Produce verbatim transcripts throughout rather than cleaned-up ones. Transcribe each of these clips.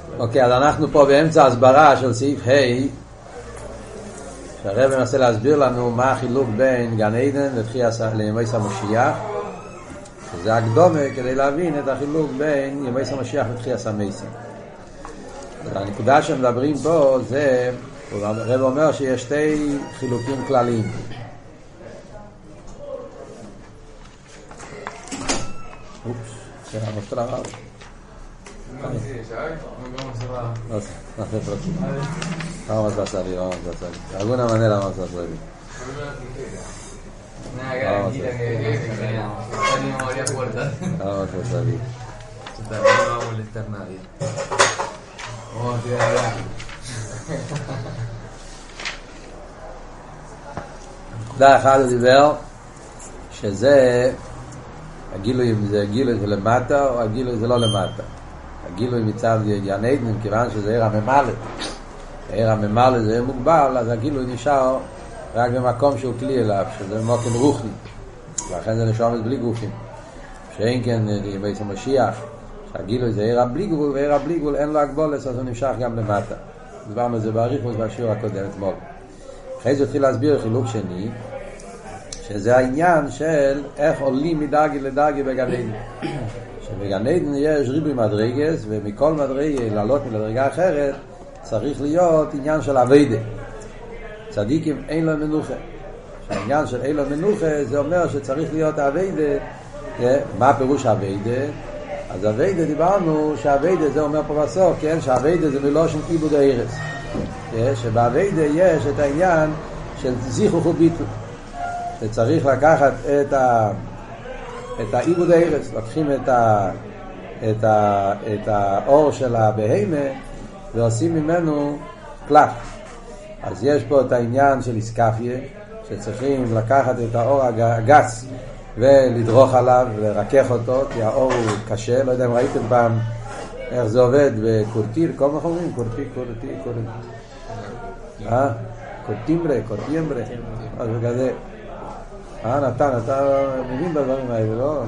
אוקיי, אז אנחנו פה באמצע הסברה של סעיף ה' שהרב מנסה להסביר לנו מה החילוק בין גן עדן לימי המשיח, שזה הקדומה כדי להבין את החילוק בין ימי המשיח לתחיית המתים. הנקודה שמדברים פה זה, הרב אומר שיש שתי חילוקים כלליים. אופס, זה המפתח הרב. No se preocupe. Vamos a salir, vamos a salir. De alguna manera vamos a salir. Vamos a salir. No va a molestar a nadie. Vamos a tirar allá. Da אחד דיבר שזה הגילוי, אם זה גילוי זה למטה או הגילוי זה לא למטה. הגילוי מצד גן עדן, כיוון שזה עיר הממלא, העיר הממלא זה מוגבל, אז הגילוי נשאר רק במקום שהוא כלי אליו, שזה מוקם רוחני, ולכן זה נשאר בלי גופים. שאין כן בית המשיח, שהגילוי זה עיר הבלי גבול, ועיר הבלי גבול אין לו הגבולת, אז הוא נמשך גם למטה. דיברנו את זה באריכות בשיעור הקודם אתמול. אחרי זה התחיל להסביר חילוק שני, שזה העניין של איך עולים מדרגי לדרגי בגן עדן. שבגן עדן יש ריבוי מדרגס, ומכל מדרגה לעלות מלדרגה אחרת צריך להיות עניין של עבודה. צדיקים אין לו מנוחה. שהעניין של אין לו מנוחה זה אומר שצריך להיות עבודה. מה פירוש עבודה? אז עבודה דיברנו שעבודה זה אומר פה בסוף, כן? שעבודה זה מלושן עיבוד הארץ. שבעבודה יש את העניין של זיכוך וביטול. שצריך לקחת את ה... את העיבוד הארץ, לוקחים את ה את ה את האור של הבהמה ועושים ממנו קלף. אז יש פה את העניין של איסקפיה, שצריכים לקחת את האור הגס ולדרוך עליו ולרכך אותו, כי האור הוא קשה. לא יודע אם ראיתם פעם איך זה עובד בקורטיר, כל מה אומרים קורטיר, קורטיר, קורטיר, אה? קורטימbre, קורטימbre, אז כזה. אה, נתן, אתה מבין בדברים האלה, לא?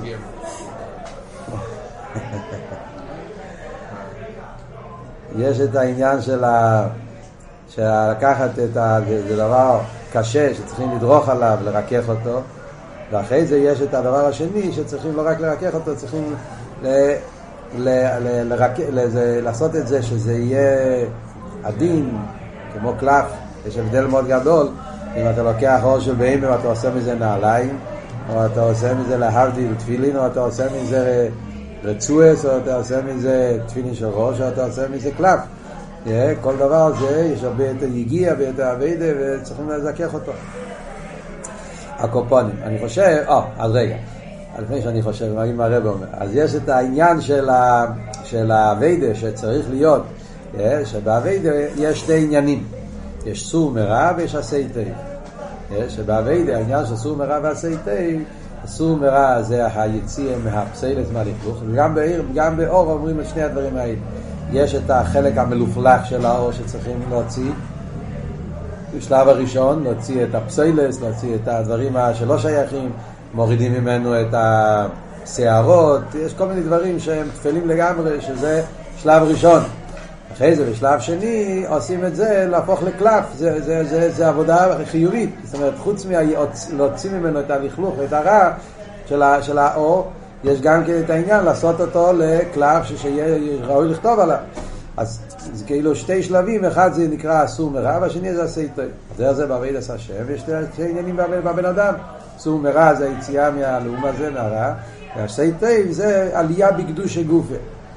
יש את העניין של ה... שלקחת את ה... זה דבר קשה שצריכים לדרוך עליו, לרכך אותו, ואחרי זה יש את הדבר השני שצריכים לא רק לרכך אותו, צריכים ל... ל... ל... לרכ... לזה... לעשות את זה שזה יהיה עדין, כמו קלף. יש הבדל מאוד גדול אם אתה לוקח אור של בהמה ואתה עושה מזה נעליים, או אתה עושה מזה להבדיל תפילין, או אתה עושה מזה רצועס, או אתה עושה מזה תפילין של ראש, או אתה עושה מזה קלף. כל דבר זה יש הרבה יותר יגיע ויותר עבודה וצריכים לזכך אותו. הקופונים, אני חושב, אה, אז רגע, לפני שאני חושב, מה אם הרב אומר, אז יש את העניין של ה, של העבודה שצריך להיות, שבעבודה יש שתי עניינים. יש סור מרע ויש עשי טוב. שבעבודה העניין של סור מרע ועשי טוב, סור מרע זה היציאה מהפסילת מהלכלוך, וגם בעיר, גם באור אומרים את שני הדברים האלה. יש את החלק המלוכלך של האור שצריכים להוציא, בשלב הראשון להוציא את הפסילת, להוציא את הדברים שלא שייכים, מורידים ממנו את השערות, יש כל מיני דברים שהם תפלים לגמרי, שזה שלב ראשון. אחרי זה בשלב שני עושים את זה להפוך לקלף. זה, זה, זה, זה עבודה חיובית. זאת אומרת, חוץ מלהוציא ממנו את הלכלוך ואת הרע של, ה, של האור, יש גם כן את העניין לעשות אותו לקלף שיהיה ראוי לכתוב עליו. אז זה כאילו שתי שלבים, אחד זה נקרא אסור מרע והשני זה עשי טוב. זה זה בעבודת השם, ויש שתי עניינים בבן אדם. אסור מרע זה היציאה מהלאום הזה, מהרע, והעשי טוב זה עלייה בקדוש הגופה.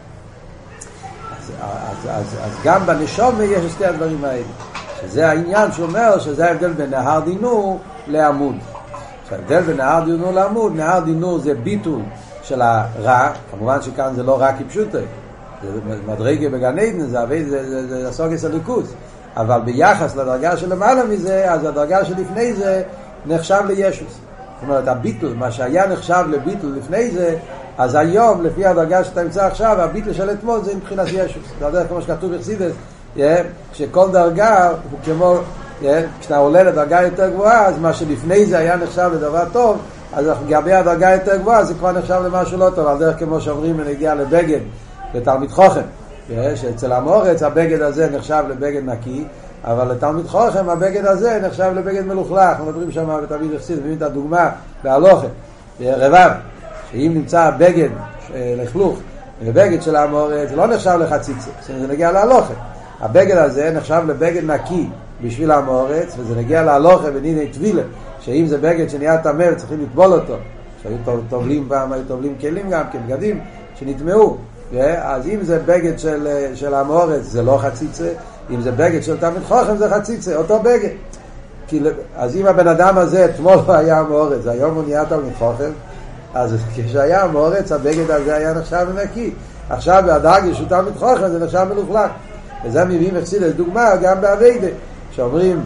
אז, אז, אז גם בנשום יש שתי הדברים האלה, שזה העניין שאומר שזה ההבדל בין נהר דינור לעמוד. שההבדל בין נהר דינור לעמוד, נהר דינור זה ביטול של הרע, כמובן שכאן זה לא רע כפשוטו, זה מדרגה בגן עדן, זה, זה, זה, זה, זה סוגס הליכוז, אבל ביחס לדרגה שלמעלה מזה, אז הדרגה שלפני זה נחשב לישוס. זאת אומרת, הביטול, מה שהיה נחשב לביטול לפני זה, אז היום, לפי הדרגה שאתה נמצא עכשיו, הביטול של אתמול זה מבחינת ישוס. אתה יודע, כמו שכתוב בחסידות, שכל דרגה הוא כמו, כשאתה עולה לדרגה יותר גבוהה, אז מה שלפני זה היה נחשב לדבר טוב, אז לגבי הדרגה יותר גבוהה, זה כבר נחשב למשהו לא טוב. על דרך כמו שאומרים, נגיע לבגד, לתלמיד חוכם. שאצל המורץ הבגד הזה נחשב לבגד נקי, אבל לתלמיד חוכם הבגד הזה נחשב לבגד מלוכלך. מדברים שם בתמיד יחסיד, מביאים את הדוגמה בהלוכה, רבב, שאם נמצא בגד לכלוך ובגד של המורץ, זה לא נחשב לחציצה, זה נגיע להלוכה. הבגד הזה נחשב לבגד נקי בשביל המורץ, וזה נגיע להלוכה בניני טבילה, שאם זה בגד שנהיה תמר צריכים לטבול אותו, שהיו טובלים פעם, היו טובלים כלים גם כבגדים שנטמעו. אז אם זה בגד של, של המורץ זה לא חציצה, אם זה בגד של תלמיד חוכם זה חציצה, אותו בגד. כי, אז אם הבן אדם הזה אתמול היה המורץ, היום הוא נהיה תלמיד חוכם, אז כשהיה המורץ הבגד הזה היה נחשב נקי. עכשיו בהדרגה שהוא תלמיד חוכם זה נחשב מלוכלך. וזה מביאים אצל דוגמה גם בעבודה, שאומרים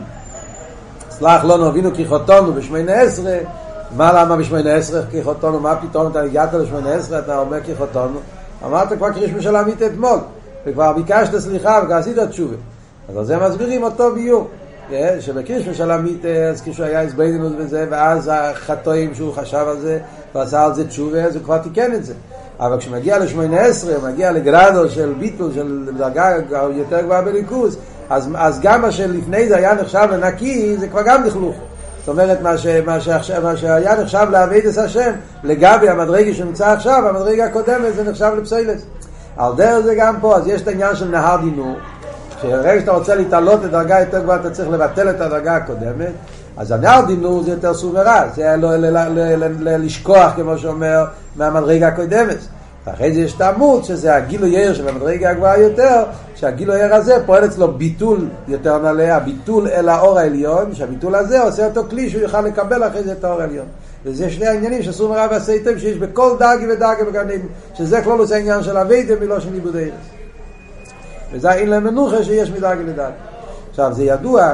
סלח לנו אבינו כיחותנו בשמונה עשרה. מה למה בשמונה עשרה כיחותנו? מה פתאום אתה הגעת לשמונה עשרה אתה אומר כיחותנו? אמרת כבר קריש משלמית אתמול וכבר ביקשת סליחה וכבר עשית תשובה. אז זה מסבירים אותו ביור שבקריש משלמית אז כשהוא היה הסבדינוס וזה, ואז החטואים שהוא חשב על זה ועשה על זה תשובה, אז הוא כבר תיקן את זה. אבל כשמגיע לשמונה עשרה מגיע לגרדו של ביטול של דרגה יותר גבוהה בליכוז, אז, אז גם מה שלפני זה היה נחשב לנקי זה כבר גם לכלוך. זאת אומרת מה, ש, מה, שעכשיו, מה שהיה נחשב לעבודת השם לגבי המדרגה שנמצא עכשיו, המדרגה הקודמת זה נחשב לפסילס. על דרך זה גם פה, אז יש את העניין של נהר דינור, שברגע שאתה רוצה להתעלות לדרגה יותר גבוהה אתה צריך לבטל את הדרגה הקודמת. אז הנהר דינור זה יותר סוברא, זה לא לשכוח כמו שאומר מהמדרגה הקודמת. אחרי זה יש את העמוד שזה הגילוי עיר של המדרגה הגבוהה יותר, שהגילוי עיר הזה פועל אצלו ביטול יותר נעלה, הביטול אל האור העליון, שהביטול הזה עושה אותו כלי שהוא יוכל לקבל אחרי זה את האור העליון. וזה שני העניינים שסור מראה ועשיתם שיש בכל דרגי ודרגי בגנים, שזה כלול עושה העניין של הוויתם ולא של עיבוד העיר. וזה אין להם מנוחה שיש מדרגי לדרגי. עכשיו זה ידוע,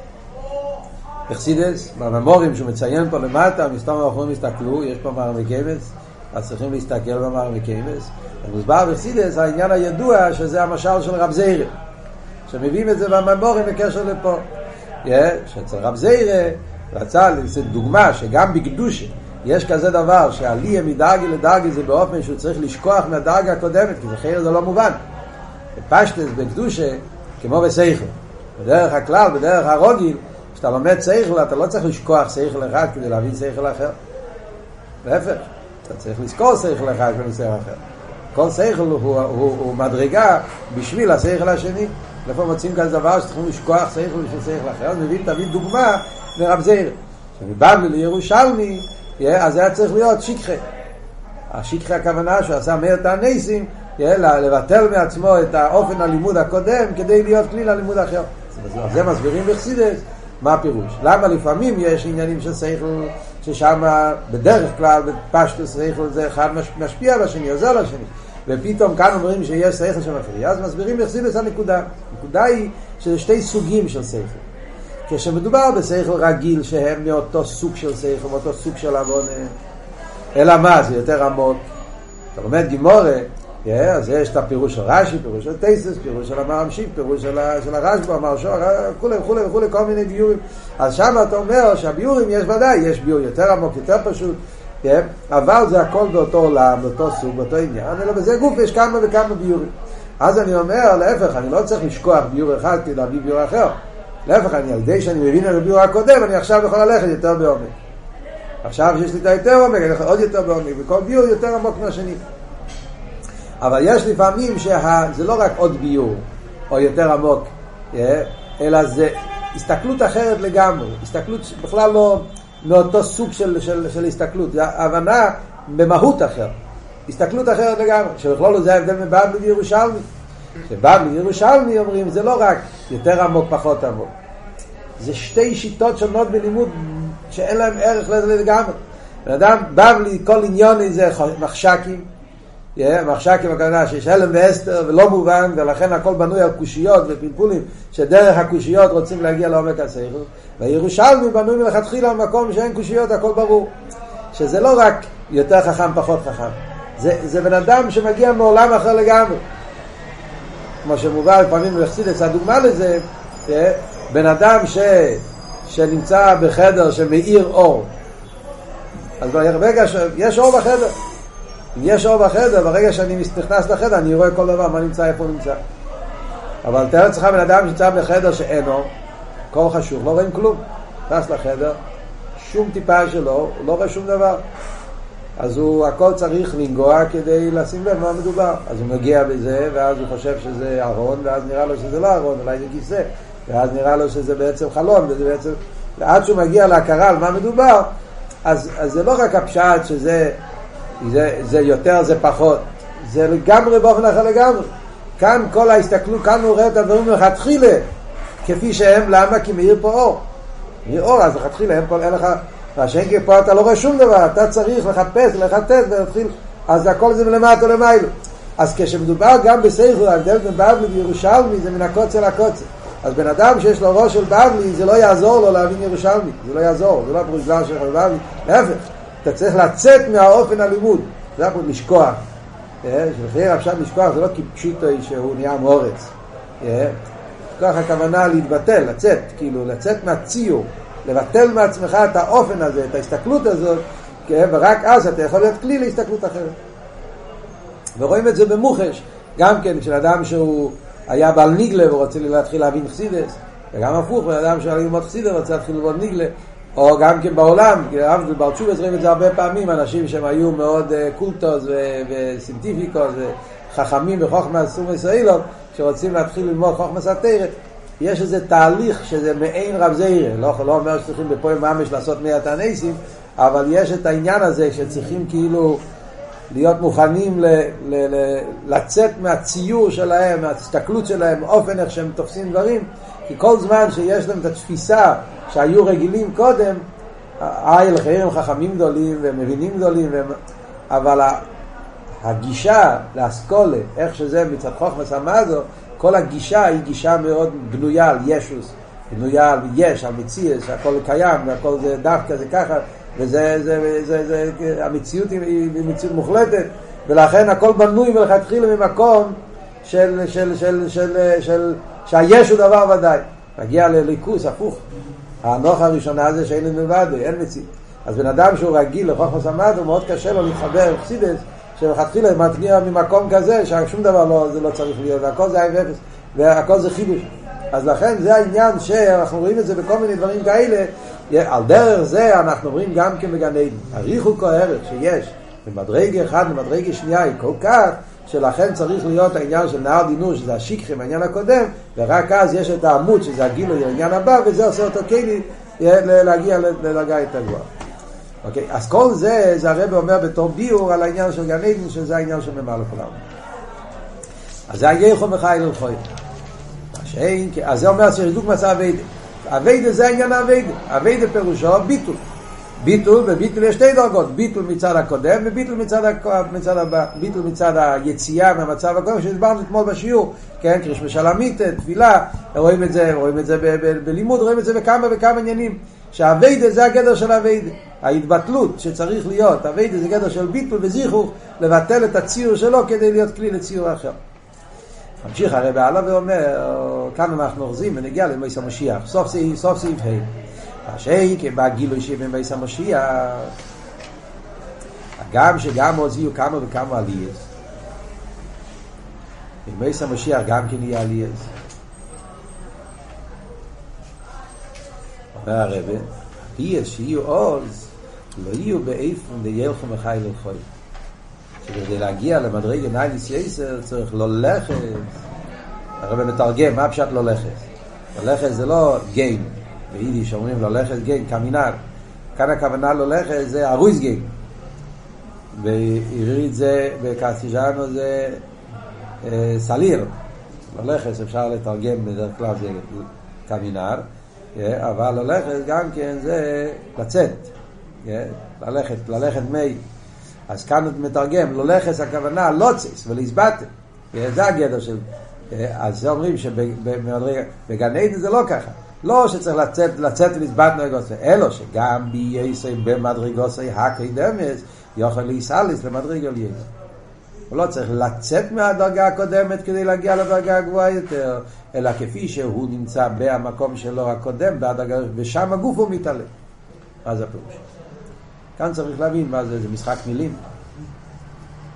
אכסידס, בממורים שהוא מציין פה למטה, מסתם האחרונים הסתכלו, יש פה מרמי קיימס, אז צריכים להסתכל במרמי קיימס. ומוסבר באכסידס העניין הידוע שזה המשל של רב זיירה, שמביאים את זה בממורים בקשר לפה. שאצל רב זיירה רצה לעשות דוגמה שגם בקדושה יש כזה דבר שעלייה מדרגי לדרגי זה באופן שהוא צריך לשכוח מהדרגה הקודמת, כי אחרת זה לא מובן. בפשטס בקדושה כמו בסייכל, בדרך הכלל, בדרך הרוגיל, כשאתה לומד סייכל אתה לא צריך לשכוח סייכל אחד כדי להבין סייכל אחר. להפך, אתה צריך לזכור סייכל אחד כדי סייכל אחר. כל סייכל הוא, הוא, הוא, הוא מדרגה בשביל הסייכל השני. לפעמים מוצאים כזה דבר שצריכים לשכוח סייכל בשביל סייכל אחר. אז מבין תמיד דוגמה מרב זיירה, שמבבלי לירושלמי אז היה צריך להיות שיקחה. השיקחה הכוונה שהוא עשה מאיר תעניסים לבטל מעצמו את האופן הלימוד הקודם כדי להיות כלי ללימוד אחר. אז זה מסבירים בחסידות מה הפירוש. למה לפעמים יש עניינים של שכל ששם בדרך כלל בפשטוס שכל זה אחד משפיע לשני, עוזר לשני, ופתאום כאן אומרים שיש שכל שמפריע. אז מסבירים בחסידות הנקודה. הנקודה היא שזה שתי סוגים של שכל. כשמדובר בשכל רגיל שהם מאותו סוג של שכל, מאותו סוג של עוון, אלא מה? זה יותר עמוק. אתה לומד גימורה, אז יש את הפירוש של רש"י, פירוש של טייסס, פירוש של המרמשיב, פירוש של הרשב"א, המרש"א, וכולי וכולי וכולי, כל מיני ביורים. אז שם אתה אומר שהביורים יש ודאי, יש ביור יותר עמוק, יותר פשוט, אבל זה הכל באותו עולם, באותו סוג, באותו עניין, אלא בזה גוף יש כמה וכמה ביורים. אז אני אומר, להפך, אני לא צריך לשכוח ביור אחד כדי להביא ביור אחר. להפך, אני על ידי שאני מבין על הביור הקודם, אני עכשיו יכול ללכת יותר בעומק. עכשיו שיש לי את היותר עומק, אני יכול עוד יותר בעומק, וכל ביור יותר עמוק מהשני. אבל יש לפעמים שזה לא רק עוד ביור או יותר עמוק, אלא זה הסתכלות אחרת לגמרי, הסתכלות בכלל לא מאותו סוג של, של, של הסתכלות, זה הבנה במהות אחר, הסתכלות אחרת לגמרי, שבכלל זה ההבדל מבבלי לירושלמי. שבבלי לירושלמי אומרים זה לא רק יותר עמוק פחות עמוק, זה שתי שיטות שונות בלימוד שאין להם ערך לזה לגמרי. בן אדם בבלי כל עניון זה מחשקים, מחשקים הכוונה שיש הלם ואסתר ולא מובן, ולכן הכל בנוי על קושיות ופלפולים שדרך הקושיות רוצים להגיע לעומק השכל. והירושלמי בנוי מלכתחילה במקום שאין קושיות, הכל ברור, שזה לא רק יותר חכם פחות חכם, זה, זה בן אדם שמגיע מעולם אחר לגמרי, כמו שמובא לפעמים בחסידות. הדוגמה לזה בן אדם ש, שנמצא בחדר שמאיר אור, אז ברגע שיש אור בחדר, אם יש אור בחדר, ברגע שאני נכנס לחדר אני רואה כל דבר, מה נמצא, איפה נמצא. אבל תאר לך בן אדם שנמצא בחדר שאין אור, כל חשוך, לא רואים כלום. נכנס לחדר, שום טיפה שלו, הוא לא רואה שום דבר. אז הוא הכל צריך לנגוע כדי לשים לב מה מדובר. אז הוא מגיע בזה, ואז הוא חושב שזה ארון, ואז נראה לו שזה לא ארון, אולי זה כיסא, ואז נראה לו שזה בעצם חלון, וזה בעצם... ועד שהוא מגיע להכרה על מה מדובר, אז, אז זה לא רק הפשט שזה זה, זה יותר, זה פחות. זה לגמרי באופן אחר לגמרי. כאן כל ההסתכלות, כאן הוא רואה את הדברים לכתחילה, כפי שהם, למה? כי מאיר פה אור. מאיר אור, אז לכתחילה, אין פה, אין לך... והשאין פה אתה לא רואה שום דבר, אתה צריך לחפש, לחטט ולהתחיל, אז הכל זה מלמטה למיילו. אז כשמדובר גם בסייכו, ההבדל בין בבלי וירושלמי זה מן הקוצר לקוצר. אז בן אדם שיש לו ראש של בבלי, זה לא יעזור לו להבין ירושלמי, זה לא יעזור, זה לא פרושגלן של בבלי, להפך, אתה צריך לצאת מהאופן הלימוד, זה הפרושגלן לשכוח. שלחיר עכשיו לשכוח, זה לא כפשוטו שהוא נהיה מורץ. לשכוח הכוונה להתבטל, לצאת, כאילו לצאת מהציור, לבטל מעצמך את האופן הזה, את ההסתכלות הזאת, ורק אז אתה יכול להיות כלי להסתכלות אחרת. ורואים את זה במוחש, גם כן של אדם שהוא היה בעל ניגלה ורוצה להתחיל להבין חסידס, וגם הפוך, אדם שהיה ללמוד חסידס ורוצה להתחיל ללמוד ניגלה, או גם כן בעולם, כי הרב ברצ'ובס רואים את זה הרבה פעמים, אנשים שהם היו מאוד קולטוס וסיינטיפיקוס וחכמים בחוכמה סום ישראלות, שרוצים להתחיל ללמוד חוכמה סתירת, יש איזה תהליך שזה מעין רב זעיר, לא, לא אומר שצריכים בפועל ממש לעשות מאה תעניסים, אבל יש את העניין הזה שצריכים כאילו להיות מוכנים ל, ל, ל, לצאת מהציור שלהם, מההסתכלות שלהם, אופן איך שהם תופסים דברים, כי כל זמן שיש להם את התפיסה שהיו רגילים קודם, היי לחיים חכמים גדולים ומבינים גדולים, והם, אבל הגישה לאסכולה, איך שזה מצד חוכמה סמאזו, כל הגישה היא גישה מאוד בנויה על ישוס, בנויה על יש, על מציאות, שהכל קיים, והכל זה דווקא, זה ככה, וזה, זה, זה, זה, זה, המציאות היא מציאות מוחלטת, ולכן הכל בנוי ולכתחיל ממקום של, של, של, של, של, שהיש הוא דבר ודאי. מגיע לליכוס, הפוך. הנוח הראשונה זה שאין לבד, אין מציאות. אז בן אדם שהוא רגיל לחוכמה סמאזו, מאוד קשה לו להתחבר עם חסידס, שמחתחילה מגיע ממקום כזה ששום דבר לא, זה לא צריך להיות, והכל זה עין ואפס, והכל זה חידוש. אז לכן זה העניין שאנחנו רואים את זה בכל מיני דברים כאלה, על דרך זה אנחנו רואים גם כמגן עדן. הריחוק הערך שיש במדרגה אחד למדרגה שנייה היא כל כך, שלכן צריך להיות העניין של נהר דינור, שזה השיקחים, העניין הקודם, ורק אז יש את העמוד, שזה הגילוי, העניין הבא, וזה עושה אותו כלי להגיע לדרגה יותר גבוהה. אוקיי, אז כל זה, זה הרב אומר בתור ביור על העניין של גן עדן, שזה העניין של ממלא לכולם. אז זה היחו מחייל ולחוי. אז זה אומר שיש דוק מצא אביידה. אביידה זה העניין אביידה. אביידה פירושו ביטול. ביטול, וביטול יש שתי דרגות. ביטול מצד הקודם, וביטול מצד, מצד הבא. ביטול מצד היציאה מהמצב הקודם, שדברנו אתמול בשיעור. כן, קריש משלמית, תפילה. רואים את זה, רואים את זה ב- ב- בלימוד, רואים את זה בכמה וכמה עניינים. שהאביידה זה הגדר של האביידה. ההתבטלות שצריך להיות. האביידה זה גדר של ביטול וזיכוך, לבטל את הציור שלו כדי להיות כלי לציור אחר. ממשיך הרב הלאה ואומר, כאן אנחנו אוחזים ונגיע למייס המשיח. סוף סעיף, סוף סעיף ה'. השאי כבא גילוי שבן מייס המשיח, גם שגם הוציאו כמה וכמה עלייס. במייס המשיח גם כן יהיה עלייס. אומר הרב, עלייס שיהיו עוז, לא יהיו באיפון דיילכו מחי ללכוי. שכדי להגיע למדרגה נייליס יסר צריך לא לחס. הרב מתרגם, מה פשט לא לחס? לא לחס זה לא גיים. ביידיש אומרים לא לחס גיים, קמינר. כאן הכוונה לא לחס זה ארויס גיים. בעברית זה, בקסיג'אנו זה אה, סליר. לא לחס אפשר לתרגם בדרך כלל זה קמינר. אבל לא לחס גם כן זה לצאת. ללכת, ללכת מי. אז כאן הוא מתרגם, לא לחס הכוונה, לוצס ולהסבטם. זה הגדר של... אז זה אומרים שבגן עדן זה לא ככה. לא שצריך לצאת, לצאת ולהסבטם לגוסי, אלא שגם בייסי במדרגוסי הקדמס, יוכל להיסלס למדרגה לייסי. הוא לא צריך לצאת מהדרגה הקודמת כדי להגיע לדרגה הגבוהה יותר, אלא כפי שהוא נמצא במקום שלו הקודם, בהדרגה, ושם הגוף הוא מתעלה. מה זה הפירוש? כאן צריך להבין מה זה, זה משחק מילים.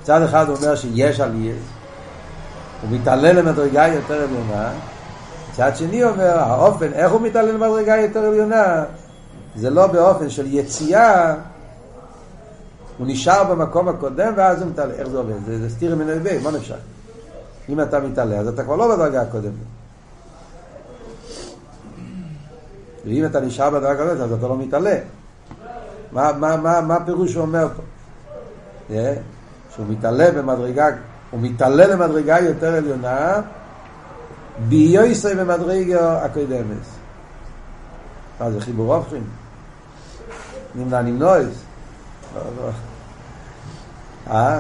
מצד אחד הוא אומר שיש עלייה, הוא מתעלה למדרגה יותר עליונה, מצד שני אומר, האופן, איך הוא מתעלה למדרגה יותר עליונה? זה לא באופן של יציאה, הוא נשאר במקום הקודם ואז הוא מתעלה. איך זה עובד? זה, זה סתיר מן הלבי, מה נפשך? אם אתה מתעלה, אז אתה כבר לא בדרגה הקודמת. ואם אתה נשאר בדרגה הקודמת, אז אתה לא מתעלה. מה, מה, מה, מה הפירוש שהוא אומר פה? Yeah, שהוא מתעלה במדרגה, הוא מתעלה למדרגה יותר עליונה, ביוסי במדרגה הקודמת. מה זה חיבור הופכים? נמנע נמנועס? אה?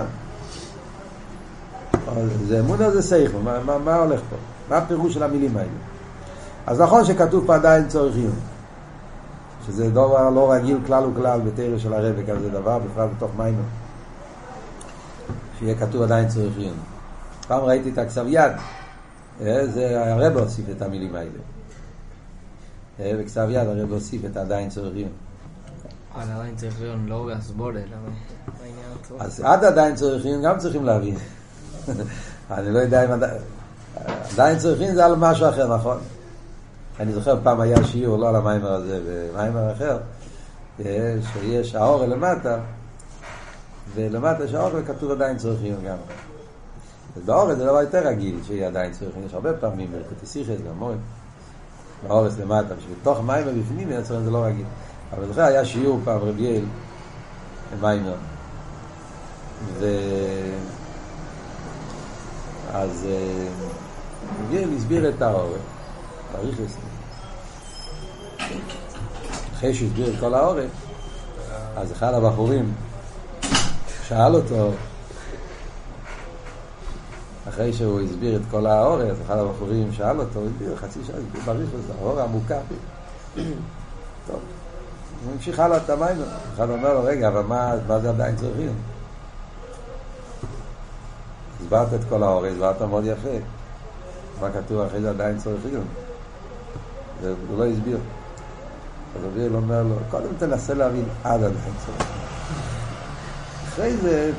זה אמונה זה סייכו, מה, מה, מה הולך פה? מה הפירוש של המילים האלה? אז נכון שכתוב פה עדיין צורך שזה דבר לא רגיל כלל וכלל בתרא של הרב, כזה דבר, בפרט בתוך מיינו. שיהיה כתוב עדיין צורך עיון. פעם ראיתי את הכסב יד, זה הרב הוסיף את המילים האלה. בכסב יד הרב הוסיף את עדיין צורך עיון. על עדיין צורך עיון, לא בהסבורה, אז עד עדיין צורך עיון גם צריכים להבין. אני לא יודע אם עדיין צורך עיון זה על משהו אחר, נכון? אני זוכר פעם היה שיעור, לא על המיימר הזה, במיימר אחר, שיש האור למטה, ולמטה שהאור כתוב עדיין צורך עיון גם. אז באור זה דבר יותר רגיל, שיהיה עדיין צורך עיון. יש הרבה פעמים, ברכות סיכס, גם מורים, באור למטה, שבתוך מיימר בפנים, זה לא רגיל. אבל זוכר, היה שיעור פעם רביאל, מיימר, ו... אז רביאל הסביר את האור, תאריך לסנין. אחרי שהסביר את כל העורף, אז אחד הבחורים שאל אותו, אחרי שהוא הסביר את כל העורף, אחד הבחורים שאל אותו, הוא הסביר חצי שעה, הסביר בריך לזה, העורף המוקף. טוב, הוא המשיך הלאה את המים, אחד אומר לו, רגע, אבל מה, מה זה עדיין צריכים? הסברת את כל העורף, הסברת מאוד יפה. מה כתוב אחרי זה עדיין צריכים? והוא לא הסביר. אז אביל אומר לו, קודם תנסה להבין עד עדיין צריכים. אחרי זה,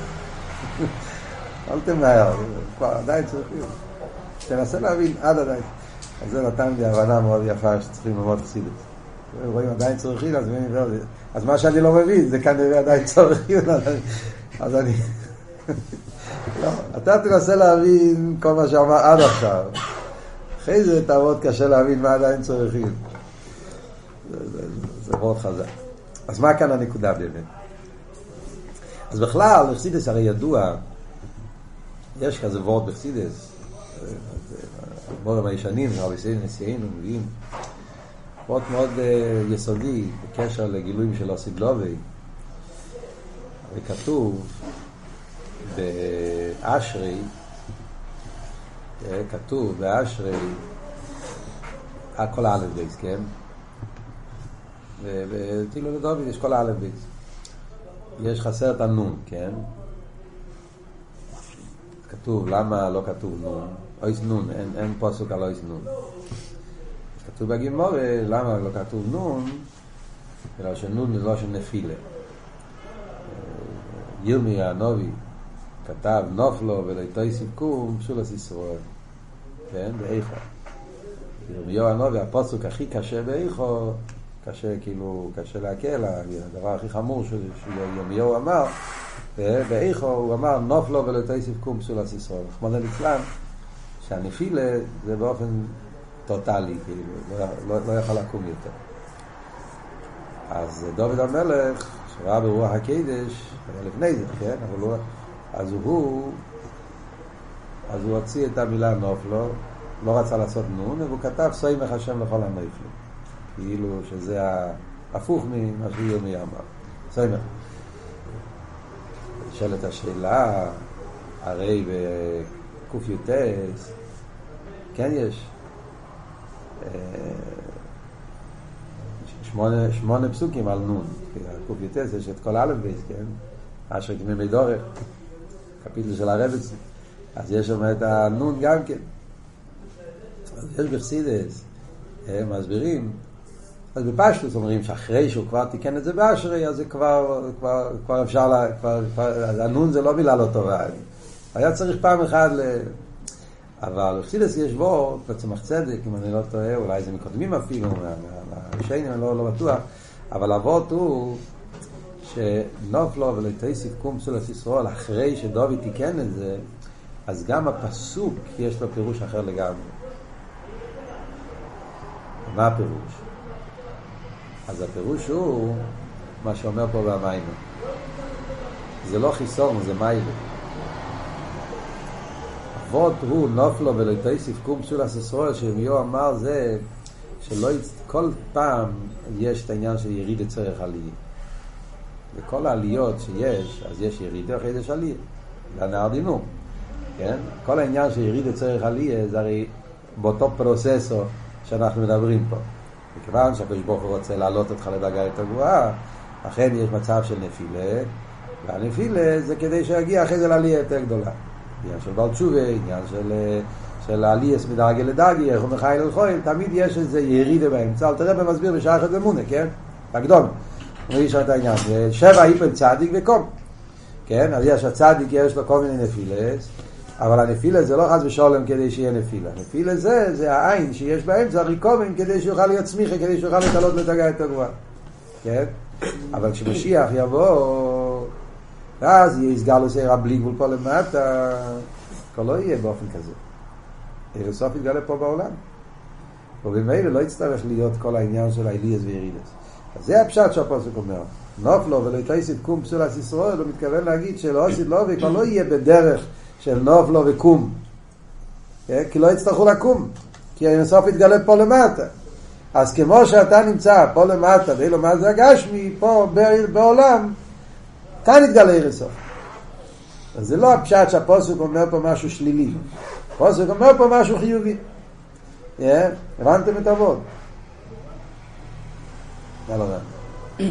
אל תמהר, כבר עדיין צריכים. תנסה להבין עד עדיין. אז זה נתן לי הבנה מאוד יפה שצריכים ללמוד חסידות. רואים עדיין צריכים, אז, אז מה שאני לא מבין, זה כנראה עדיין צריכים. אז אני... לא, אתה תנסה להבין כל מה שאמר עד עכשיו. אחרי זה תעבוד קשה להבין מה עדיין צריכים. זה, זה, זה מאוד חזק. אז מה כאן הנקודה באמת? אז בכלל, בחסידס הרי ידוע, יש כזה וורט בחסידס, מורים הישנים, רבי סיינו נשיאינו, מביאים, וורט מאוד יסודי בקשר לגילויים של אוסידלובי, וכתוב באשרי, כתוב באשרי, כל האלף בייס, כן? ותילו לדובי יש כל האלף בייס. יש חסר את הנון, כן? כתוב, למה לא כתוב נון? אויס נון, אין, אין פוסוק על אויס נון. כתוב בגימור, למה לא כתוב נון? אלא שנון זה לא של נפילה. ירמי הנובי כתב נופלו ולאיתו סיכום שולס ישראל. כן? באיכו. ירמיהו הנובי, הפוסוק הכי קשה באיכו, קשה כאילו, קשה להקל, הדבר הכי חמור שירמיהו אמר, באיכו הוא אמר נופלו ולאיתו סיכום שולס ישראל. חמוד ליצלן, שהנפילה זה באופן טוטלי, כאילו, לא, לא, לא יכול לקום יותר. אז דוד המלך, שראה ברוח הקדש, היה לפני זה, כן? אבל הוא, אז הוא, אז הוא הוציא את המילה נופלו, לא רצה לעשות נון, והוא כתב סוימך השם לכל הנפלים. כאילו שזה ההפוך ממה שירמי אמר. סוימך. שאלת השאלה, הרי בקוף יוטס, כן יש, שמונה, שמונה פסוקים על נון. קוף יוטס יש את כל אלף בייס, כן? אשר כמי דורך, קפיטל של הרבץ. אז יש שם את הנון גם כן. אז יש בחסידס, הם מסבירים אז בפשטוס אומרים שאחרי שהוא כבר תיקן את זה באשרי, אז זה כבר, כבר, כבר אפשר, לה, כבר, כבר, אז הנון זה לא מילה לא טובה. היה צריך פעם אחת ל... אבל בחסידות יש בו, בצמח צדק, אם אני לא טועה, אולי זה מקודמים אפילו, מהראשונים, אני לא, לא בטוח, אבל אבות הוא שנופלו ולא תייסית קום פסולת ישראל, אחרי שדוד תיקן את זה, אז גם הפסוק יש לו פירוש אחר לגמרי. מה הפירוש? אז הפירוש הוא מה שאומר פה במים. זה לא חיסון, זה מיילה. אבות הוא נופלו ולא תייסית קום פסולת ישראל, שמיו אמר זה שלא יצ... כל פעם יש את העניין של יריד צורך עלייה. וכל העליות שיש, אז יש יריד אחרי זה עלייה. זה הנער דינור. כן? כל העניין של יריד צורך עלייה זה הרי באותו פרוססור שאנחנו מדברים פה. מכיוון שהקדוש ברוך הוא רוצה להעלות אותך לדרגה יותר גבוהה, אכן יש מצב של נפילה, והנפילה זה כדי שיגיע אחרי זה לעלייה יותר גדולה. עניין של בעל תשובה, עניין של... של העלייס מדרגה לדרגה, איך הוא מחיל אל חויל, תמיד יש איזה ירידה באמצע. אל תראה במסביר בשעה אחת אמונה, כן? הקדום. הוא יש את העניין. שבע היפל צדיק וקום. כן? אז יש הצדיק, יש לו כל מיני נפילס, אבל הנפילה זה לא חס ושולם כדי שיהיה נפילה. נפילה זה, זה העין שיש באמצע, ריקומים, כדי שיוכל להיות צמיחה, כדי שיוכל להתעלות לדרגה יותר גבוהה. כן? אבל כשמשיח יבוא, אז יהיה יסגר לו סערה בלי גבול פה למטה, כבר לא יהיה באופן כזה. בסוף יתגלה פה בעולם. ובמילא לא יצטרך להיות כל העניין של האליאס וירידס. אז זה הפשט שהפוסק אומר. נופלו ולא תייסית קום פסולת ישראל, הוא מתכוון להגיד שלא עשית לו וכבר לא יהיה בדרך של נופלו וקום. כי לא יצטרכו לקום. כי בסוף יתגלה פה למטה. אז כמו שאתה נמצא פה למטה, ואילו מה זה הגשמי, פה בעולם, כאן יתגלה ירסוף. אז זה לא הפשט שהפוסק אומר פה משהו שלילי. הפוסק אומר פה משהו חיובי. הבנתם את עבוד? לא לא לא.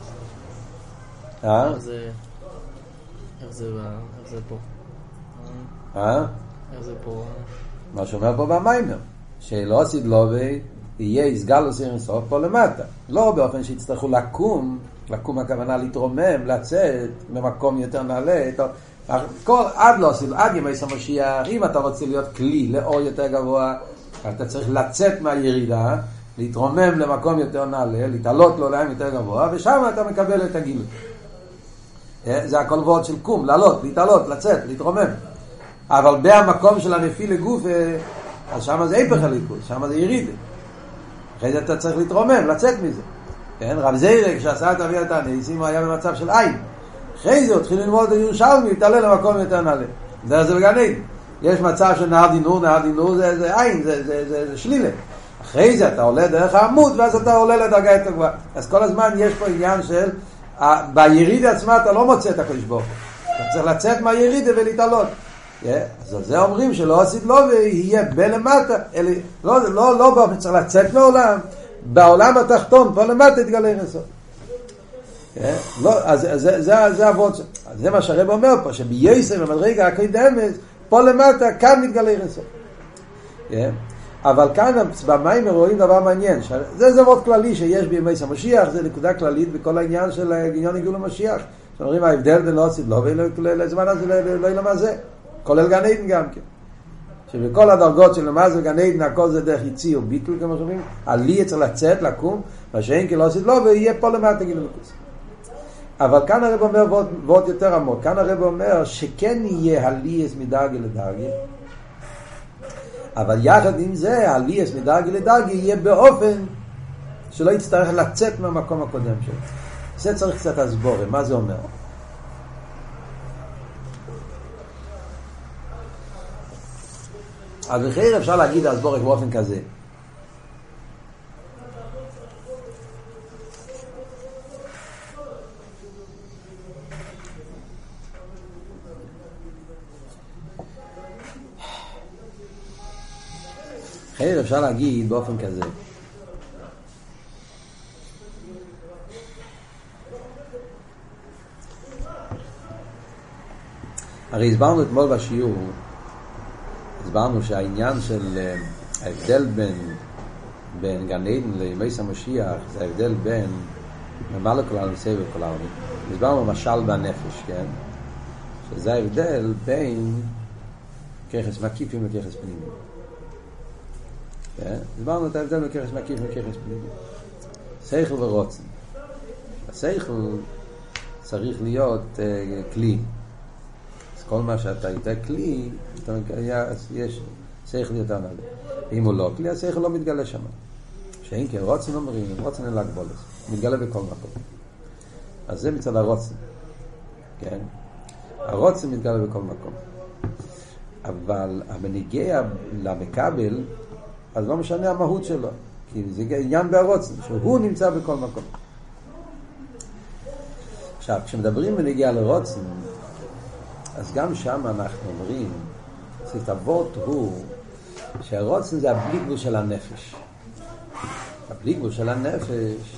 איך זה... איך זה פה? אה? איך זה פה? מה שאומר פה במיימר, שלא עשית לו ויהיה יסגל לו סיר אינסוף פה למטה. לא באופן שיצטרכו לקום, לקום הכוונה להתרומם, לצאת במקום יותר נעלה, כל, עד לא עשית, עד ימי המשיח, אם אתה רוצה להיות כלי לאור יותר גבוה, אתה צריך לצאת מהירידה, להתרומם למקום יותר נעלה, להתעלות לעולם יותר גבוה, ושם אתה מקבל את הגילות. זה הכל ועוד של קום, לעלות, להתעלות, לצאת, להתרומם. אבל במקום של הנפיל לגוף, אז שם זה היפך הליכוז, שם זה ירידה. אחרי זה אתה צריך להתרומם, לצאת מזה. כן? רב זיירק שעשה את אבי את הניסים, הוא היה במצב של עין. אחרי זה הוא התחיל ללמוד את ירושלמי, להתעלה למקום יותר נעלה. זה זה בגן עדן. יש מצב של נהר דינור, נהר דינור זה, זה עין, זה, זה, זה, זה שלילה. אחרי זה אתה עולה דרך העמוד, ואז אתה עולה לדרגה יותר גבוהה. אז כל הזמן יש פה עניין של, בירידה עצמה אתה לא מוצא את הקדוש ברוך הוא. אתה צריך לצאת מהירידה ולהתעלות. אז על זה אומרים שלא עשית לו ויהיה בלמטה, אלא, לא, לא, לא באופן צריך לצאת מעולם, בעולם התחתון, פה למטה תגלה אינסוף. לא, אז זה, זה, זה עבוד, זה מה שהרב אומר פה, שבייסר במדרגה הקודמת, פה למטה, כאן מתגלה אינסוף. אבל כאן במים רואים דבר מעניין, זה זה עבוד כללי שיש בימי המשיח, זה נקודה כללית בכל העניין של עניין הגיעול המשיח, שאומרים ההבדל בין לא עשית לו ולזמן הזה לא ילמה זה, כולל גן עדן גם כן. שבכל הדרגות של מה זה גן עדן, הכל זה דרך יציא או ביטול, כמו שאומרים, עלי צריך לצאת, לקום, מה שאין כי לא עשית לו, ויהיה פה למטה גיל מקוס. אבל כאן הרב אומר ועוד, ועוד יותר עמוק, כאן הרב אומר שכן יהיה עלייס מדרגה לדרגה, אבל יחד עם זה, עלייס מדרגה לדרגה יהיה באופן שלא יצטרך לצאת מהמקום הקודם שלו. זה צריך קצת הסבור, מה זה אומר? אז בכלל אפשר להגיד הסבור באופן כזה. בכלל אפשר להגיד באופן כזה. הרי הסברנו אתמול בשיעור, הסברנו שהעניין של ההבדל בין בין גן עדן לימי המשיח, זה ההבדל בין ממלא כל העולם וסבב כל העולם. הסברנו משל בנפש, כן? שזה ההבדל בין ככס מקיפים וככס פנימיים. כן? הסברנו את ההבדל בין ככס מקיפים וככס פנימיים. שכל ורוצן. השכל צריך להיות uh, כלי. אז כל מה שאתה יותר כלי, אתה, יש שכל יותר נעלה. אם הוא לא כלי, השכל לא מתגלה שם. שאין כן רוצן אומרים, רוצן אין להגבולת. מתגלה בכל מקום. אז זה מצד הרוצן. כן? הרוצן מתגלה בכל מקום. אבל המנהיגה למקבל, אז לא משנה המהות שלו. כי זה עניין בהרוצן, שהוא נמצא בכל מקום. עכשיו, כשמדברים בנגיעה לרוצן, אז גם שם אנחנו אומרים, שתבות הוא, שהרוצן זה הבלי גבול של הנפש. הבלי גבול של הנפש,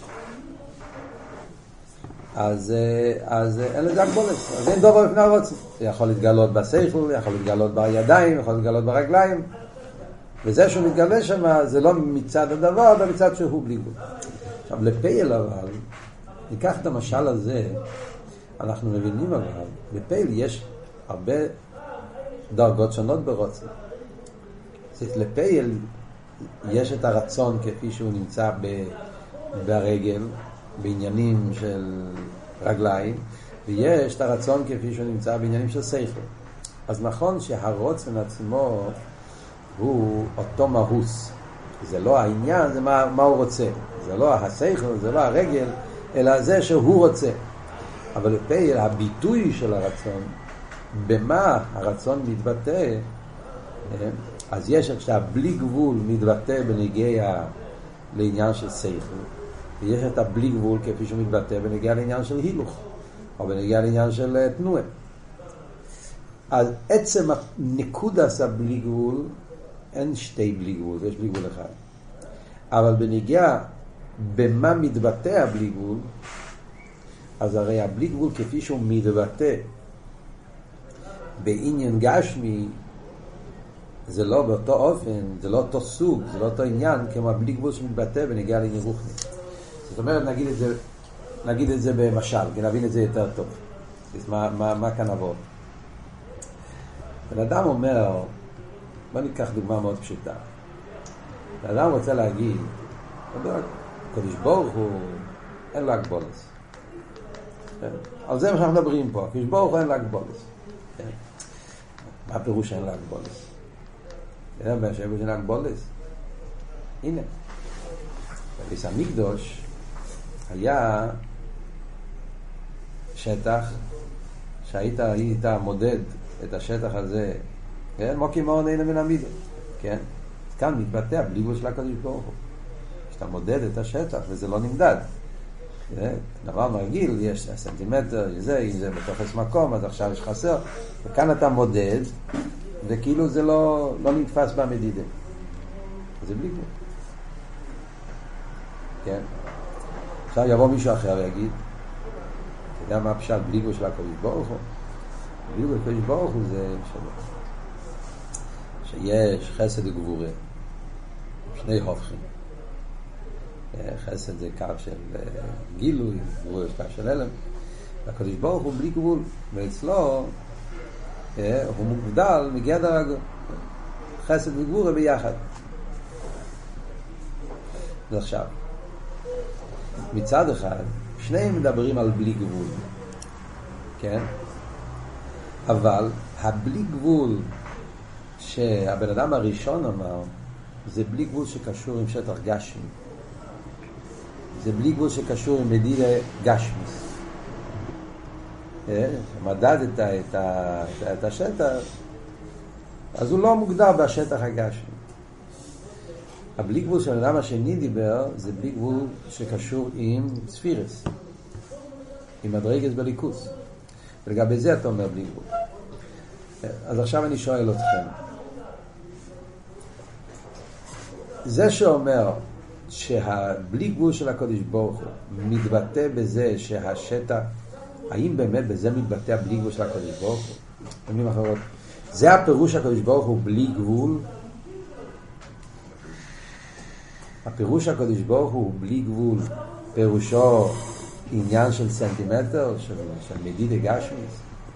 אז, אז אין לזה הגבולת, אז אין דובר בפני הרוצן. זה יכול להתגלות בשכל, יכול להתגלות בידיים, יכול להתגלות ברגליים, וזה שהוא מתגלה שם, זה לא מצד הדבר, אבל מצד שהוא בלי גבול. עכשיו, לפייל אבל, ניקח את המשל הזה, אנחנו מבינים אבל, בפייל יש הרבה דרגות שונות ברוצן. לפייל יש את הרצון כפי שהוא נמצא ברגל, בעניינים של רגליים, ויש את הרצון כפי שהוא נמצא בעניינים של שכל. אז נכון שהרוצן עצמו הוא אותו מהוס. זה לא העניין, זה מה, מה הוא רוצה. זה לא השכל, זה לא הרגל, אלא זה שהוא רוצה. אבל בפייל הביטוי של הרצון, במה הרצון מתבטא, אז יש עכשיו בלי גבול מתבטא בנגיעה לעניין של שכל, ויש את הבלי גבול כפי שהוא מתבטא בנגיעה לעניין של הילוך, או בנגיעה לעניין של תנועה. אז עצם נקודס הבלי גבול, אין שתי בלי גבול, יש בלי גבול אחד. אבל בנגיעה במה מתבטא הבלי גבול, אז הרי הבלי גבול כפי שהוא מתבטא בעניין גשמי, זה לא באותו אופן, זה לא אותו סוג, זה לא אותו עניין כמו הבלי גבול שמתבטא ונגיע לעניין רוחני. זאת אומרת, נגיד את זה, נגיד את זה במשל, כי נבין את זה יותר טוב. מה, מה, מה כאן עבור? בן אדם אומר, בוא ניקח דוגמה מאוד פשוטה. בן אדם רוצה להגיד, קדוש ברוך הוא, אין לו הגבולת. על זה מה שאנחנו מדברים פה, קדוש ברוך הוא אין לו הגבולת. מה הפירוש אין לו הגבולת? אין לו שאין לו הגבולת? הנה. בביס המקדוש היה שטח שהיית היית מודד את השטח הזה, כן? מוקי מאון אין מן המידה, כן? כאן מתבטא בלי גבול של הקדוש ברוך הוא. שאתה מודד את השטח וזה לא נמדד. דבר מרגיל, יש סנטימטר, זה, אם זה בתופס מקום, אז עכשיו יש חסר. וכאן אתה מודד, וכאילו זה לא, לא נתפס במדידה. זה בלי גבול. כן? עכשיו יבוא מישהו אחר ויגיד, אתה יודע מה הפשט בלי גבול של הקדוש ברוך הוא? בלי גבול של הקדוש ברוך הוא זה שיש חסד וגבורה, שני הופכים. חסד זה קו של גילוי, גבורה זה קו של אלם. הקדוש ברוך הוא בלי גבול, ואצלו הוא מוגדל מגדר חסד וגבורה ביחד. ועכשיו, מצד אחד, שניהם מדברים על בלי גבול, כן? אבל הבלי גבול שהבן אדם הראשון אמר, זה בלי גבול שקשור עם שטח גשמי. זה בלי גבול שקשור עם מדידה גשמיס. מדדת את, את, את השטח, אז הוא לא מוגדר בשטח הגשמי. הבלי גבול של האדם השני דיבר, זה בלי גבול שקשור עם ספירס, עם מדרגס בליכוס. ולגבי זה אתה אומר בלי גבול. אז עכשיו אני שואל אתכם, זה שאומר שהבלי גבול של הקדוש ברוך הוא מתבטא בזה שהשטח, האם באמת בזה מתבטא בלי גבול של הקדוש ברוך הוא? במילים אחרות, זה הפירוש הקדוש ברוך הוא בלי גבול? הפירוש הקדוש ברוך הוא בלי גבול, פירושו עניין של סנטימטר, של, של מדידה גשמיס.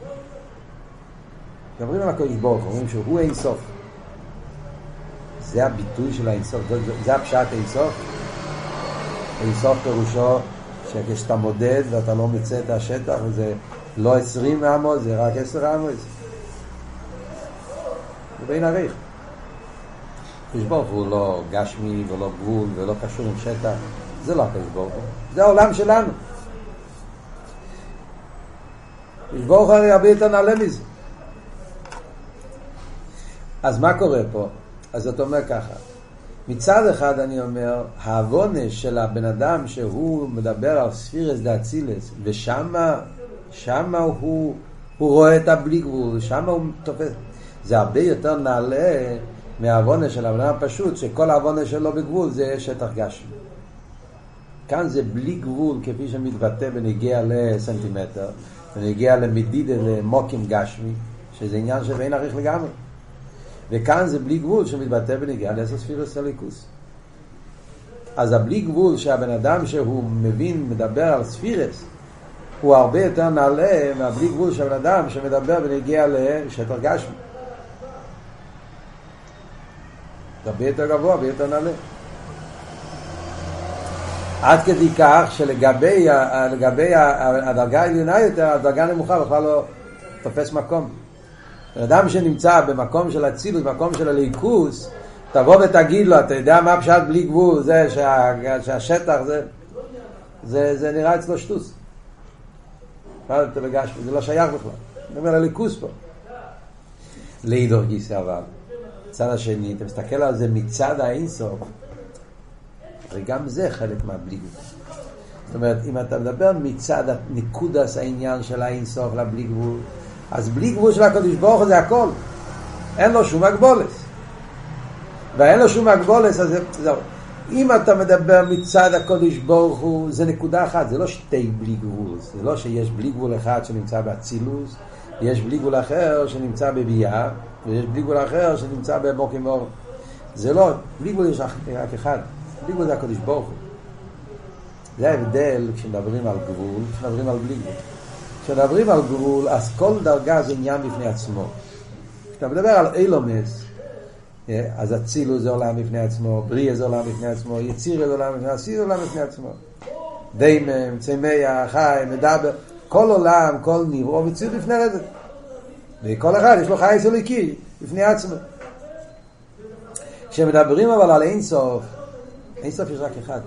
מדברים על הקדוש ברוך הוא, אומרים שהוא אין סוף. זה הביטוי של אין סוף, זה, זה הפשט אין סוף. אין סוף פירושו שכשאתה מודד ואתה לא מצא את השטח, וזה לא עשרים עמוד, זה רק עשר עמוד. זה בין עריך. הקדוש ברוך הוא לא גשמי ולא גבול ולא קשור עם שטח. זה לא הקדוש ברוך הוא, זה העולם שלנו. הקדוש ברוך הוא הרי הרבה יותר נעלה מזה. אז מה קורה פה? אז זאת אומר ככה, מצד אחד אני אומר, העוונש של הבן אדם שהוא מדבר על ספירס דאצילס, ושמה שמה הוא, הוא רואה את הבלי גבול, שמה הוא תופס. זה הרבה יותר נעלה מהעוונש של הבן אדם הפשוט, שכל העוונש שלו בגבול זה שטח גשמי. כאן זה בלי גבול, כפי שמתבטא בנגיע לסנטימטר, בנגיע למדידה למוקים גשמי, שזה עניין שבין עריך לגמרי. וכאן זה בלי גבול שמתבטא בנגיע לעשר ספירס הליכוס. אז הבלי גבול שהבן אדם שהוא מבין, מדבר על ספירס, הוא הרבה יותר נעלה מהבלי גבול שהבן אדם שמדבר בנגיע לשטח גשמי. זה הרבה יותר גבוה, הרבה יותר נעלה. עד כדי כך שלגבי לגבי הדרגה העליונה יותר, הדרגה נמוכה בכלל לא תופס מקום. אדם שנמצא במקום של הצילות, במקום של הליכוס, תבוא ותגיד לו, אתה יודע מה פשט בלי גבול, זה שה, שהשטח זה, זה, זה נראה אצלו שטוס. זה לא שייך בכלל. אני אומר לליכוס פה. לידור גיסא אבל. צד השני, אתה מסתכל על זה מצד האינסוף, וגם זה חלק מהבלי גבול. זאת אומרת, אם אתה מדבר מצד נקודס העניין של האינסוף לבלי גבול, אז בלי גבול של הקדוש ברוך הוא זה הכל. אין לו שום הגבולת. ואין לו שום הגבולת, אז זהו. אם אתה מדבר מצד הקדוש ברוך הוא, זה נקודה אחת, זה לא שתי בלי גבול. זה לא שיש בלי גבול אחד שנמצא באצילוס, יש בלי גבול אחר שנמצא בביאה, ויש בלי גבול אחר שנמצא במוקים אור. זה לא, בלי גבול יש רק אחד. בלי גבול זה הקדוש ברוך הוא. זה ההבדל כשמדברים על גבול, כשמדברים על בלי גבול. כשמדברים על גבול, אז כל דרגה זה עניין בפני עצמו. כשאתה מדבר על אילומס, אז הצילו זה עולם בפני עצמו, בריא זה עולם בפני עצמו, יציר זה עולם בפני עצמו, זה עולם בפני עצמו. דיימם, צמח, חי, מדבר, כל עולם, כל נברוא, מציר בפני רדת. וכל אחד יש לו חי סוליקי בפני עצמו. כשמדברים אבל על אינסוף, אינסוף יש רק אחד.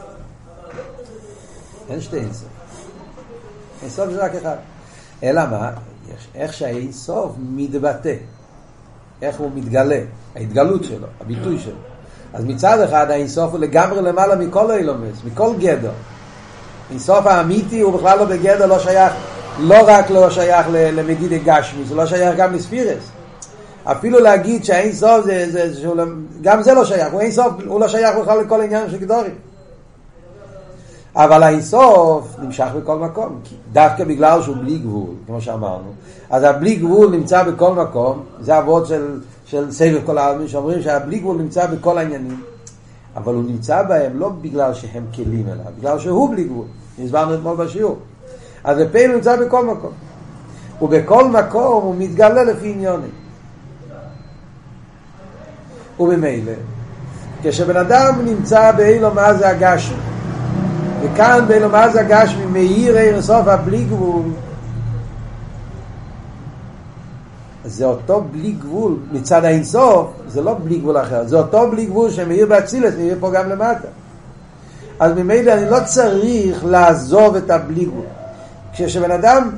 אין שתי אינסוף. אינסוף יש רק אחד. אלא מה? יש, איך שהאינסוף מתבטא. איך הוא מתגלה. ההתגלות שלו, הביטוי שלו. אז מצד אחד האינסוף הוא לגמרי למעלה מכל אילומס, מכל גדר. אינסוף האמיתי הוא בכלל לא בגדר, לא שייך, לא רק לא שייך למדידה גשמי, זה לא שייך גם לספירס. אפילו להגיד שהאינסוף זה, זה, זה, זה, גם זה לא שייך, הוא אינסוף, הוא לא שייך בכלל לכל עניין של גדורים. אבל האינסוף נמשך בכל מקום, דווקא בגלל שהוא בלי גבול, כמו שאמרנו. אז הבלי גבול נמצא בכל מקום, זה עבוד של, של סבב כל העלמין, שאומרים שהבלי גבול נמצא בכל העניינים, אבל הוא נמצא בהם לא בגלל שהם כלים אליו, בגלל שהוא בלי גבול. הסברנו אתמול בשיעור. אז הפעיל נמצא בכל מקום. ובכל מקום הוא מתגלה לפי עניונים. ובמילא, כשבן אדם נמצא באילו מה זה הגשמי, וכאן באילו מה זה הגשמי מאיר אין סוף הבלי גבול, זה אותו בלי גבול מצד האינסוף, זה לא בלי גבול אחר, זה אותו בלי גבול שמאיר באצילס, מאיר פה גם למטה. אז ממילא אני לא צריך לעזוב את הבלי גבול. כשבן אדם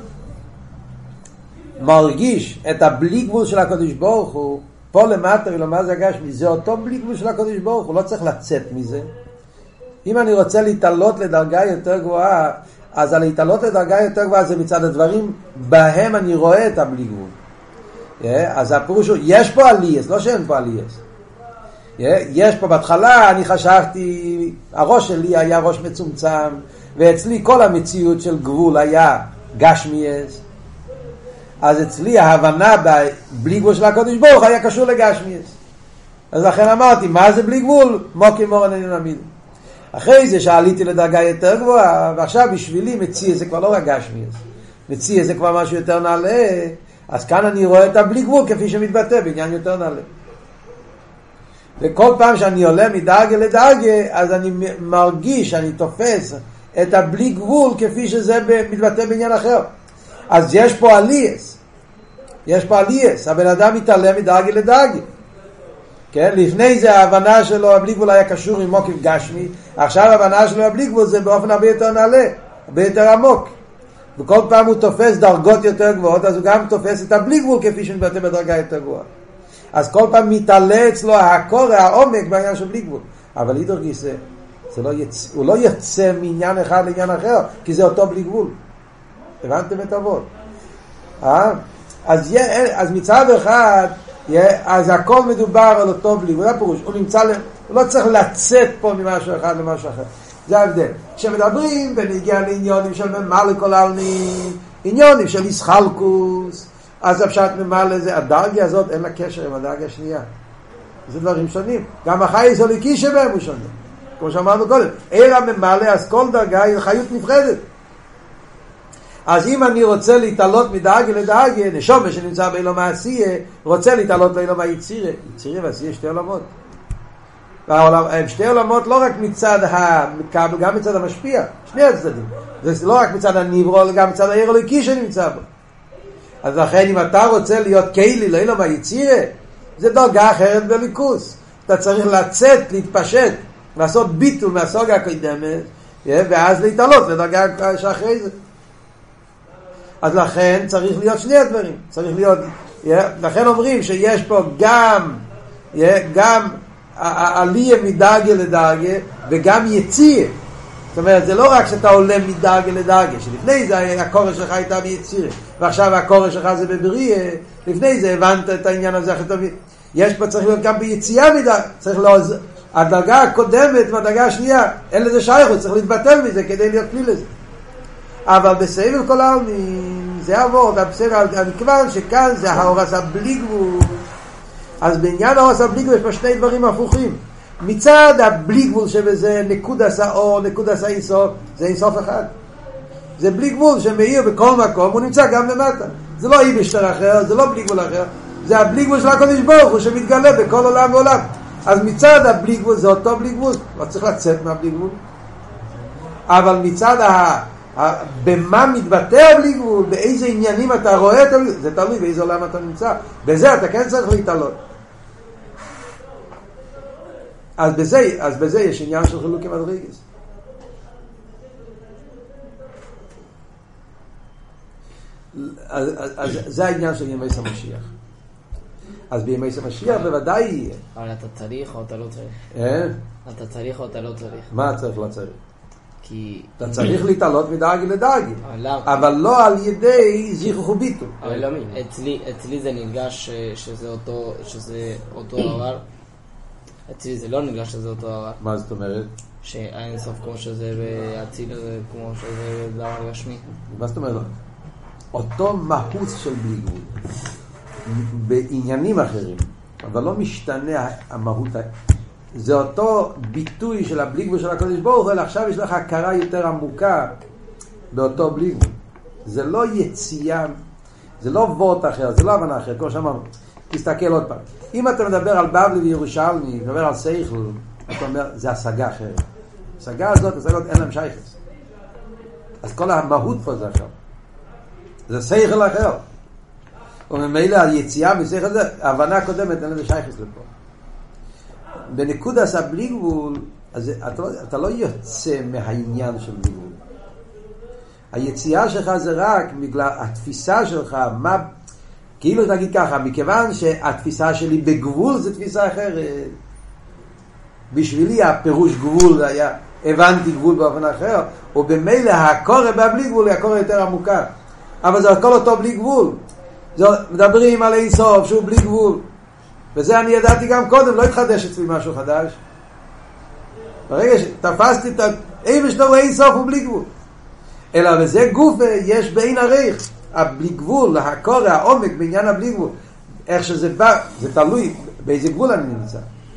מרגיש את הבלי גבול של הקדוש ברוך הוא, פה למטה ולמה זה הגשמי, זה אותו בלי גבול של הקדוש ברוך הוא, לא צריך לצאת מזה. אם אני רוצה להתעלות לדרגה יותר גבוהה, אז על להתעלות לדרגה יותר גבוהה זה מצד הדברים בהם אני רואה את הבלי גבול. אז הפירוש הוא, יש פה עלייס, לא שאין פה עלייס. יש פה בהתחלה, אני חשבתי, הראש שלי היה ראש מצומצם, ואצלי כל המציאות של גבול היה גשמייס. אז אצלי ההבנה בלי גבול של הקודש ברוך היה קשור לגשמייס. אז לכן אמרתי, מה זה בלי גבול? מוקים מורן עניין המידה. אחרי זה שעליתי לדרגה יותר גבוהה, ועכשיו בשבילי מציא זה כבר לא רק גשמי, מציא זה כבר משהו יותר נעלה, אז כאן אני רואה את הבלי גבול כפי שמתבטא בעניין יותר נעלה. וכל פעם שאני עולה מדרגה לדרגה, אז אני מרגיש, אני תופס את הבלי גבול כפי שזה מתבטא בעניין אחר. אז יש פה עלייס, יש פה עלייס, הבן אדם מתעלה מדרגה לדרגה. כן? לפני זה ההבנה שלו, הבלי גבול היה קשור עם מוקים גשמי, עכשיו ההבנה שלו, הבלי גבול זה באופן הרבה יותר נעלה, הרבה יותר עמוק. וכל פעם הוא תופס דרגות יותר גבוהות, אז הוא גם תופס את הבלי גבול כפי שמתבטא בדרגה יותר גבוהה. אז כל פעם מתעלה אצלו הקור, העומק בעניין של בלי גבול. אבל אידור גיסא, זה לא יצ... הוא לא יצא מעניין אחד לעניין אחר, כי זה אותו בלי גבול. הבנתם את עבוד? אה? אז, יה... אז מצד אחד, אז הכל מדובר על אותו בלי גבול. זה הפירוש, הוא נמצא, הוא לא צריך לצאת פה ממשהו אחד למשהו אחר. זה ההבדל. כשמדברים ונגיע לעניונים של ממלא כל העלמין, עניונים של ישחלקוס, אז הפשט ממלא זה, הדרגה הזאת אין לה קשר עם הדרגה השנייה. זה דברים שונים. גם החייס הוליקי שבהם הוא שונה. כמו שאמרנו קודם, עיר הממלא, אז כל דרגה היא חיות נפרדת. אז אם אני רוצה להתעלות מדרגה לדרגה, נשום שנמצא באילום העשייה, רוצה להתעלות באילום היצירה. יצירה ועשייה שתי עולמות. הם שתי עולמות לא רק מצד הקבל, גם מצד המשפיע, שני הצדדים. זה לא רק מצד הניברו, גם מצד העיר הלוקי שנמצא בו. אז לכן אם אתה רוצה להיות קיילי לאילום היצירה, זה דרגה אחרת בליכוס. אתה צריך לצאת, להתפשט, לעשות ביטול מהסוגה הקודמת, ואז להתעלות לדרגה שאחרי זה. אז לכן צריך להיות שני הדברים. צריך להיות, לכן אומרים שיש פה גם, גם עלייה מדרגה לדרגה, וגם יציאה. זאת אומרת, זה לא רק שאתה עולה מדרגה לדרגה, שלפני זה הקורש שלך הייתה ביצירה, ועכשיו הקורש שלך זה בבריאה, לפני זה הבנת את העניין הזה אחרי תמיד. יש פה צריך להיות גם ביציאה מדרגה, צריך לעוז... הדרגה הקודמת והדרגה השנייה, אין לזה שייכות, צריך להתבטל מזה כדי להיות כלי לזה. אבל בסבב כל העלמין, זה עבור, מכיוון שכאן זה האורס הבלי גבול, אז בעניין האורס הבלי גבול יש פה שני דברים הפוכים. מצד הבלי גבול שבזה נקודס האור, נקודס האיסוף, זה איסוף אחד. זה בלי גבול שמאיר בכל מקום, הוא נמצא גם למטה. זה לא אי בשטר אחר, זה לא בלי גבול אחר. זה הבלי גבול של הקודש ברוך הוא שמתגלה בכל עולם ועולם. אז מצד הבלי גבול זה אותו בלי גבול, לא צריך לצאת מהבלי גבול. אבל מצד ה... במה מתבטא בלי גבול, באיזה עניינים אתה רואה את הבלי גבול, זה תלוי באיזה עולם אתה נמצא. בזה אתה כן צריך להתעלות. אז בזה, אז בזה יש עניין של חילוקי מדרגות. אז, אז, אז זה העניין של ימי המשיח. אז בימי המשיח בוודאי יהיה. אבל אתה צריך או אתה לא צריך? אה? אתה צריך או אתה לא צריך? מה צריך לא צריך? כי... אתה צריך להתעלות מדרגה לדרגה. אבל, אבל לא על ידי זיכוך וביטול. אבל אצלי, אצלי זה נרגש שזה אותו, שזה אותו דבר. אצלי זה לא נרגש שזה אותו דבר. מה זאת אומרת? שאין סוף כמו שזה באציל, כמו שזה דבר גשמי. מה זאת אומרת? אותו מהות של בלי גבול. בעניינים אחרים. אבל לא משתנה המהות. זה אותו ביטוי של הבלי גבול של הקודש ברוך הוא, אלא עכשיו יש לך הכרה יותר עמוקה באותו בלי גבול. זה לא יציאה, זה לא וורט אחר, זה לא הבנה אחר, כמו שאמרנו. תסתכל עוד פעם. אם אתה מדבר על בבלי וירושלמי, מדבר על סייכל, אתה אומר, זה השגה אחרת. השגה הזאת, השגות אין להם שייכס. אז כל המהות פה זה עכשיו. זה סייכל אחר. וממילא היציאה מסייכל הזה, ההבנה הקודמת אין לזה שייכס לפה. בנקודה עשה בלי גבול, אז אתה, אתה לא יוצא מהעניין של בלי גבול. היציאה שלך זה רק בגלל התפיסה שלך, מה... כאילו תגיד ככה, מכיוון שהתפיסה שלי בגבול זה תפיסה אחרת. בשבילי הפירוש גבול היה, הבנתי גבול באופן אחר, ובמילא הקורא בבלי גבול היא הקורא יותר עמוקה. אבל זה הכל אותו בלי גבול. זה, מדברים על אינסוף שהוא בלי גבול. וזה אני ידעתי גם קודם, לא התחדש אצלי משהו חדש. ברגע שתפסתי את האימא שלו אינסוף הוא בלי גבול. אלא בזה גוף יש בין עריך. הבלי גבול, הקורא, העומק בעניין הבלי גבול, איך שזה בא, זה תלוי באיזה גבול אני נמצא.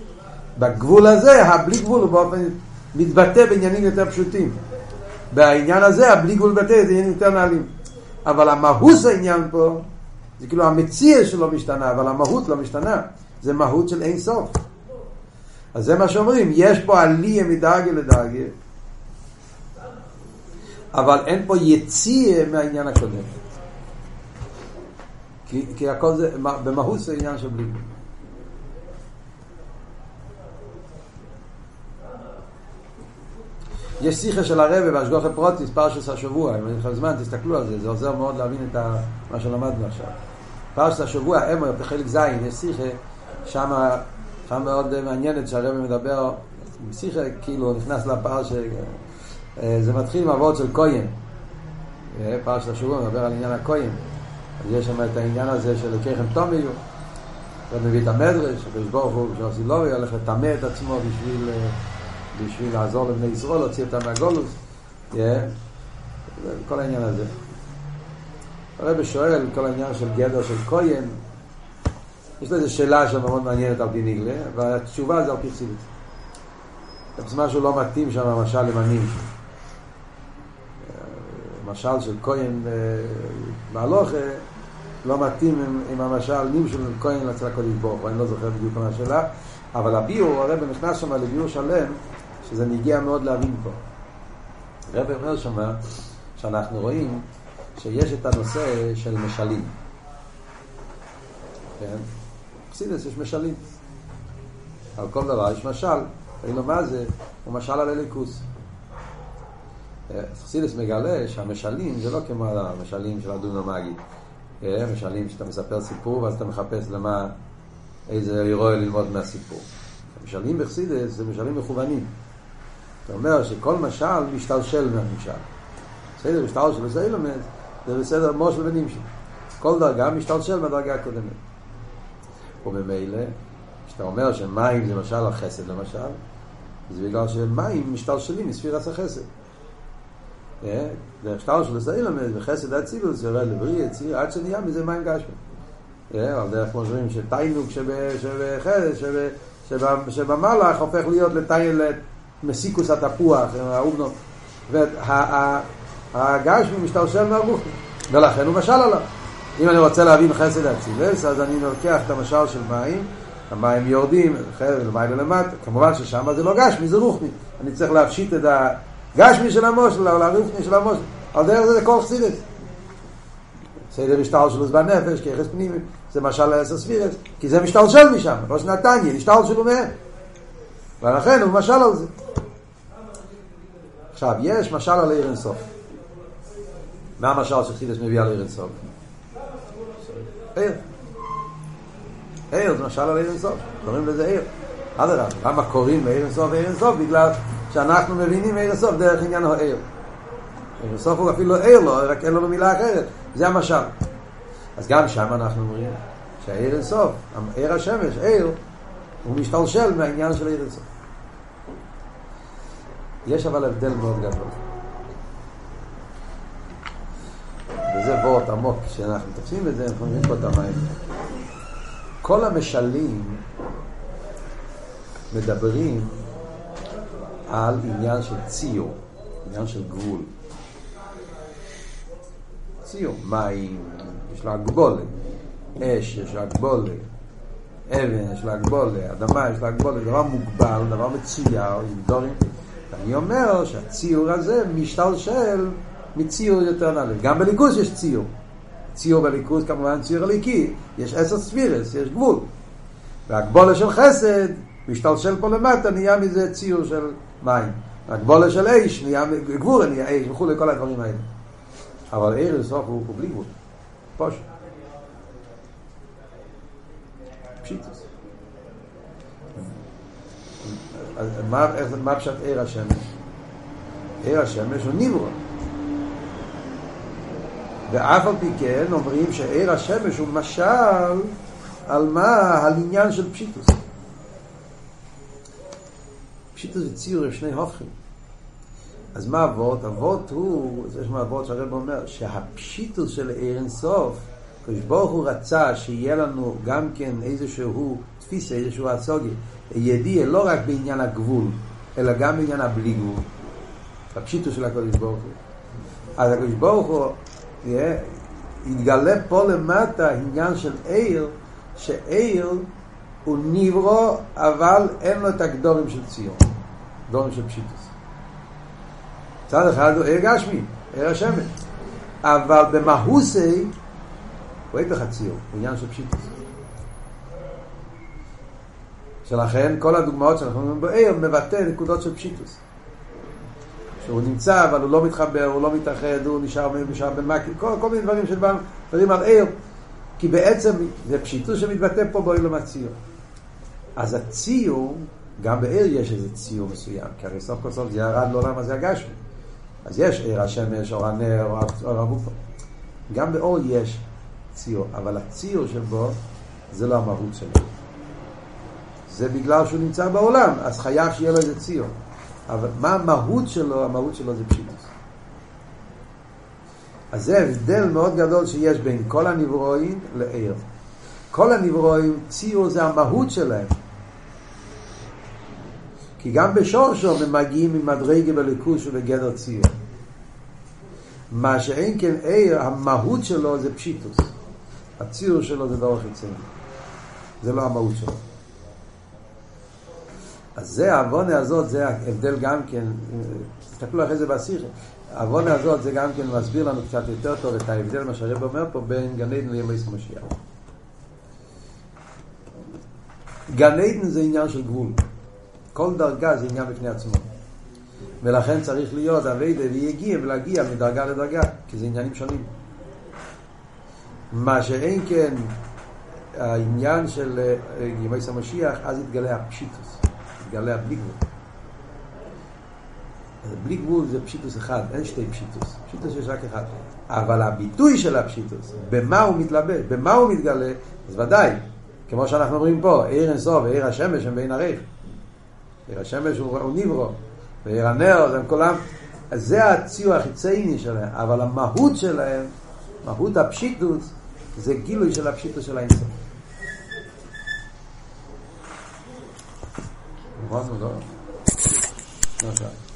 בגבול הזה, הבלי גבול הוא באופן מתבטא בעניינים יותר פשוטים. בעניין הזה, הבלי גבול מתבטא בעניינים יותר נעלים. אבל המהות העניין פה, זה כאילו המציע שלו משתנה, אבל המהות לא משתנה. זה מהות של אין סוף. אז זה מה שאומרים, יש פה עלייה מדרגה לדרגה, אבל אין פה יציאה מהעניין הקודם. כי, כי הכל זה, במהות זה עניין של בלי גבול. יש שיחה של הרב בהשגחה פרוטיס, פרשת השבוע, אם אני לכם זמן, תסתכלו על זה, זה עוזר מאוד להבין את מה שלמדנו עכשיו. פרשת השבוע, אמר, בחלק זין, יש שיחה, שם, שם מאוד מעניינת שהרב מדבר, שיחה כאילו נכנס לפרש, זה מתחיל מהעבוד של כהן, פרשת השבוע מדבר על עניין הכהן, אז יש שם את העניין הזה של לקחם תומי, הוא מביא את המדרש, ברוך הוא, שעושה לו, הוא הולך לטמא את עצמו בשביל... בשביל לעזור לבני ישראל, להוציא אותם מהגולוס, yeah. כל העניין הזה. הרב שואל, כל העניין של גדר של כהן, יש לו איזו שאלה שמאוד מעניינת על פי נגלה, והתשובה זה על פי חסידות. זה משהו לא מתאים שם, למשל למנים. משל של כהן בהלוכה, לא מתאים עם, עם המשל נמשל של כהן אצל הקודש ברוך הוא, אני לא זוכר בדיוק מה השאלה, אבל הביור, הרב נכנס שם לביור שלם, שזה נגיע מאוד להבין פה. הרב אומר שם שאנחנו רואים שיש את הנושא של משלים. כן? בחסידות יש משלים. על כל דבר יש משל. ראינו מה זה? הוא משל על הליכוס. בחסידות מגלה שהמשלים זה לא כמו המשלים של הדון המאגי. משלים שאתה מספר סיפור ואז אתה מחפש למה איזה אירוע ללמוד מהסיפור. המשלים בחסידות זה משלים מכוונים. זאת אומרת שכל משל משתלשל מהמשל. בסדר, משתלשל וזה ילמד, זה בסדר מושל ונמשל. כל דרגה משתלשל מהדרגה הקודמת. ובמילא, כשאתה אומר שמים זה משל החסד למשל, זה בגלל שמים משתלשלים מספירת החסד. זה משתלשל וזה ילמד, וחסד האצילות זה יורד לבריא, יציר, עד שנהיה מזה מים גשמי. על דרך כמו שאומרים שתיינוק שבחסד, שבמלאך הופך להיות לתיינוק, מסיקוס התפוח, האובנו, והגשמי משתלשל מהרוח, ולכן הוא משל עליו. אם אני רוצה להבין חסד האצילס, אז אני לוקח את המשל של מים, המים יורדים, למים למטה, כמובן ששם זה לא גשמי, זה רוחני. אני צריך להפשיט את הגשמי של המושל, או הרוחני של המושל. על דרך זה זה כל חסידות. סדר משתלשל בנפש, כיחס פנימי, זה משל לעשר ספירס, כי זה משתלשל משם, ראש נתניה, משתלשל מהם. ולכן הוא משל על זה. עכשיו, יש משל על עיר אינסוף. מה המשל שחסידות מביא על עיר אינסוף? עיר. עיר זה משל על עיר אינסוף. קוראים לזה עיר. אדרבה, למה קוראים לעיר אינסוף עיר אינסוף? בגלל שאנחנו מבינים עיר אינסוף דרך עניין העיר. עיר אינסוף הוא אפילו עיר לו, רק אין לו במילה אחרת. זה המשל. אז גם שם אנחנו אומרים שהעיר אינסוף, עיר השמש, עיר, הוא משתלשל מהעניין של עיר אינסוף. יש אבל הבדל מאוד גדול. וזה וורט עמוק, כשאנחנו תופסים את זה, אנחנו מבינים פה את המים. כל המשלים מדברים על עניין של ציור, עניין של גבול. ציור, מים, יש לה גבולה, אש, יש לה גבולה, אבן, יש לה גבולה, אדמה, יש לה גבולה, דבר מוגבל, דבר מצויר, עם דורים. אני אומר שהציור הזה משתלשל מציור יותר נעלה. גם בליכוס יש ציור. ציור בליכוס כמובן ציור הליקי. יש עשר ספירס, יש גבול. והגבולה של חסד משתלשל פה למטה, נהיה מזה ציור של מים. והגבולה של אש, נהיה גבול, נהיה אש, וכו' לכל הדברים האלה. אבל עיר לסוף הוא, הוא בלי גבול. פשוט. פשיטוס. אז מה, מה פשט עיר השמש? עיר השמש הוא נברא. ואף על פי כן אומרים שעיר השמש הוא משל על מה? על עניין של פשיטוס. פשיטוס וציור יש שני הופכים. אז מה אבות? אבות הוא, יש מה אבות שהרב אומר, שהפשיטוס של עיר אינסוף, כשברוך הוא רצה שיהיה לנו גם כן איזשהו תפיסה, איזשהו הצוגי, ידיע לא רק בעניין הגבול, אלא גם בעניין הבלי גבול. הפשיטו של הקודש ברוך הוא. אז הקודש ברוך הוא יתגלה פה למטה עניין של עיר, שעיר הוא נברו, אבל אין לו את הגדורים של ציור, גדורים של פשיטוס. צד אחד הוא עיר גשמי, עיר השמש, אבל במהוסי הוא אין לך ציור, הוא עניין של פשיטוס. שלכן כל הדוגמאות שאנחנו אומרים בעיר מבטא נקודות של פשיטוס, שהוא נמצא אבל הוא לא מתחבר, הוא לא מתאחד, הוא נשאר, נשאר במקל, כל, כל מיני דברים שבאים דברים על עיר, כי בעצם זה פשיטוס שמתבטא פה בעיר למציר. אז הציור, גם בעיר יש איזה ציור מסוים, כי הרי סוף כל סוף זה ירד לעולם הזה הגשמי. אז יש עיר השמש, אור הנר, אור הגוף. גם באור יש ציור, אבל הציור שבו זה לא המהות שלו. זה בגלל שהוא נמצא בעולם, אז חייב שיהיה לו איזה ציור. אבל מה המהות שלו? המהות שלו זה פשיטוס. אז זה הבדל מאוד גדול שיש בין כל הנברואים לעיר. כל הנברואים, ציור זה המהות שלהם. כי גם בשורשו הם מגיעים ממדרגה בליכוש ובגדר ציור. מה שאין כן עיר, המהות שלו זה פשיטוס. הציור שלו זה דבר חיצוני. זה לא המהות שלו. אז זה, העוונה הזאת, זה ההבדל גם כן, תסתכלו אחרי זה בשיחה, העוונה הזאת זה גם כן מסביר לנו קצת יותר טוב את ההבדל, מה שהרב אומר פה, בין גן עדן לימי משיח. גן עדן זה עניין של גבול. כל דרגה זה עניין בפני עצמו. ולכן צריך להיות עבודה ויגיע ולהגיע מדרגה לדרגה, כי זה עניינים שונים. מה שאין כן העניין של ימי משיח, אז יתגלה הפשיטוס. יתגלה בלי גבול. בלי גבול זה פשיטוס אחד, אין שתי פשיטוס. פשיטוס יש רק אחד. אבל הביטוי של הפשיטוס, במה הוא מתלבט, במה הוא מתגלה, אז ודאי, כמו שאנחנו אומרים פה, עיר אינסוף ועיר השמש הם בין הרייך. עיר השמש הוא, הוא נברו, ועיר הנר הם כולם. אז זה הציור החיצייני שלהם, אבל המהות שלהם, מהות הפשיטוס, זה גילוי של הפשיטוס של האינסוף. מה זה לא? לא